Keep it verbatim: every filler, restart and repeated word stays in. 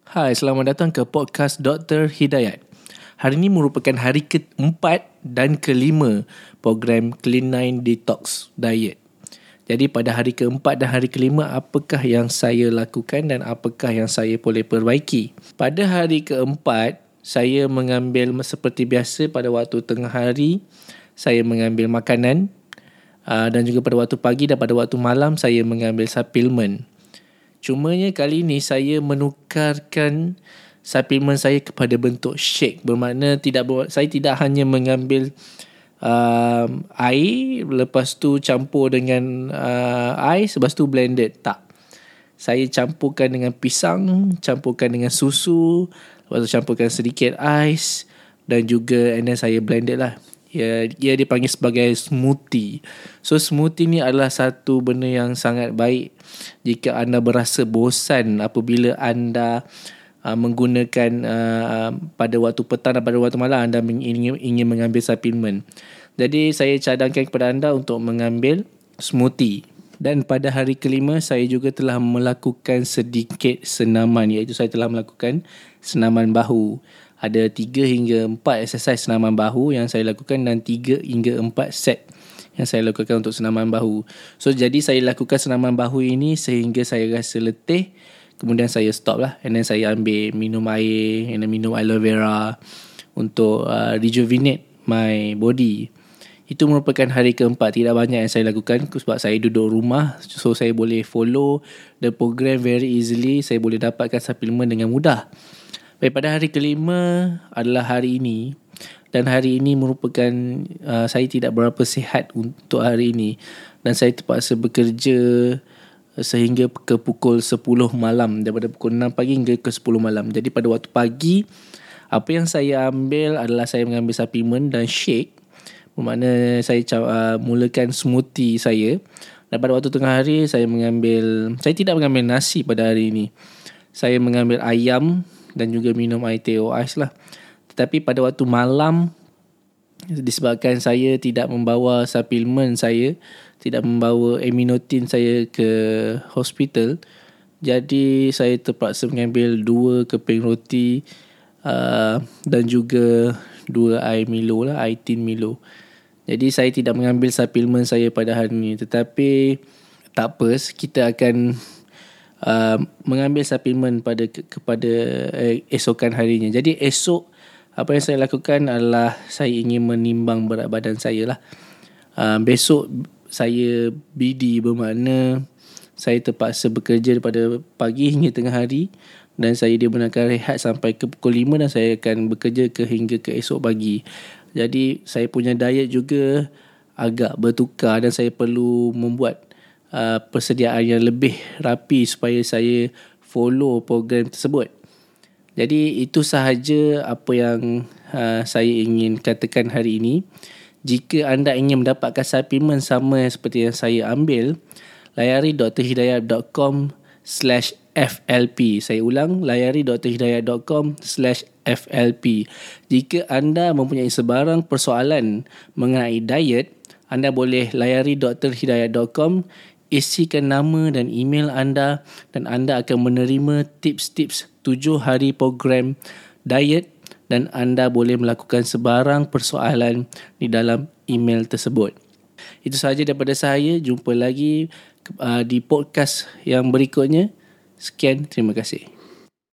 Hai, selamat datang ke podcast doktor Hidayat. Hari ini merupakan hari keempat dan kelima program Clean Nine Detox Diet. Jadi pada hari keempat dan hari kelima, apakah yang saya lakukan dan apakah yang saya boleh perbaiki? Pada hari keempat, saya mengambil seperti biasa pada waktu tengah hari, saya mengambil makanan uh, dan juga pada waktu pagi dan pada waktu malam saya mengambil suplemen. Cumanya kali ini saya menukarkan suplemen saya kepada bentuk shake. Bermakna tidak ber, saya tidak hanya mengambil uh, air, lepas tu campur dengan uh, ais, lepas tu blended. Tak. Saya campurkan dengan pisang, campurkan dengan susu, lepas tu campurkan sedikit ais dan juga and then saya blended lah. Ya, dia dipanggil sebagai smoothie. So smoothie ni adalah satu benda yang sangat baik jika anda berasa bosan apabila anda uh, menggunakan uh, pada waktu petang dan pada waktu malam anda ingin, ingin mengambil suplemen. Jadi saya cadangkan kepada anda untuk mengambil smoothie. Dan pada hari kelima saya juga telah melakukan sedikit senaman, iaitu saya telah melakukan senaman bahu. Ada tiga hingga empat exercise senaman bahu yang saya lakukan dan tiga hingga empat set yang saya lakukan untuk senaman bahu. So, jadi saya lakukan senaman bahu ini sehingga saya rasa letih. Kemudian saya stop lah. And then saya ambil minum air, and then minum aloe vera untuk uh, rejuvenate my body. Itu merupakan hari keempat. Tidak banyak yang saya lakukan sebab saya duduk rumah. So, saya boleh follow the program very easily. Saya boleh dapatkan suplemen dengan mudah. Baik, pada hari kelima adalah hari ini. Dan hari ini merupakan uh, saya tidak berapa sihat untuk hari ini. Dan saya terpaksa bekerja sehingga ke pukul sepuluh malam. Daripada pukul enam pagi hingga ke sepuluh malam. Jadi pada waktu pagi, apa yang saya ambil adalah saya mengambil suplemen dan shake. Bermakna saya uh, mulakan smoothie saya. Dan pada waktu tengah hari, saya mengambil, saya tidak mengambil nasi pada hari ini. Saya mengambil ayam dan juga minum air teh or ais lah. Tetapi pada waktu malam, disebabkan saya tidak membawa suplemen saya, tidak membawa aminotin saya ke hospital, jadi saya terpaksa mengambil dua keping roti uh, dan juga dua air Milo lah, air tin Milo. Jadi saya tidak mengambil suplemen saya pada hari ini. Tetapi tak apa, kita akan Uh, mengambil suplemen pada kepada uh, esokan harinya. Jadi esok apa yang saya lakukan adalah saya ingin menimbang berat badan saya lah. Uh, besok saya B D, bermakna saya terpaksa bekerja daripada pagi hingga tengah hari dan saya dibenarkan rehat sampai ke pukul lima dan saya akan bekerja ke hingga ke esok pagi. Jadi saya punya diet juga agak bertukar dan saya perlu membuat Uh, persediaan yang lebih rapi supaya saya follow program tersebut. Jadi itu sahaja apa yang uh, saya ingin katakan hari ini. Jika anda ingin mendapatkan suplemen sama seperti yang saya ambil, layari d r hidayat dot com slash f l p. Saya ulang, layari d r hidayat dot com slash f l p. Jika anda mempunyai sebarang persoalan mengenai diet, anda boleh layari d r hidayat dot com, isikan nama dan email anda dan anda akan menerima tips-tips tujuh hari program diet dan anda boleh melakukan sebarang persoalan di dalam email tersebut. Itu sahaja daripada saya. Jumpa lagi uh, di podcast yang berikutnya. Sekian, terima kasih.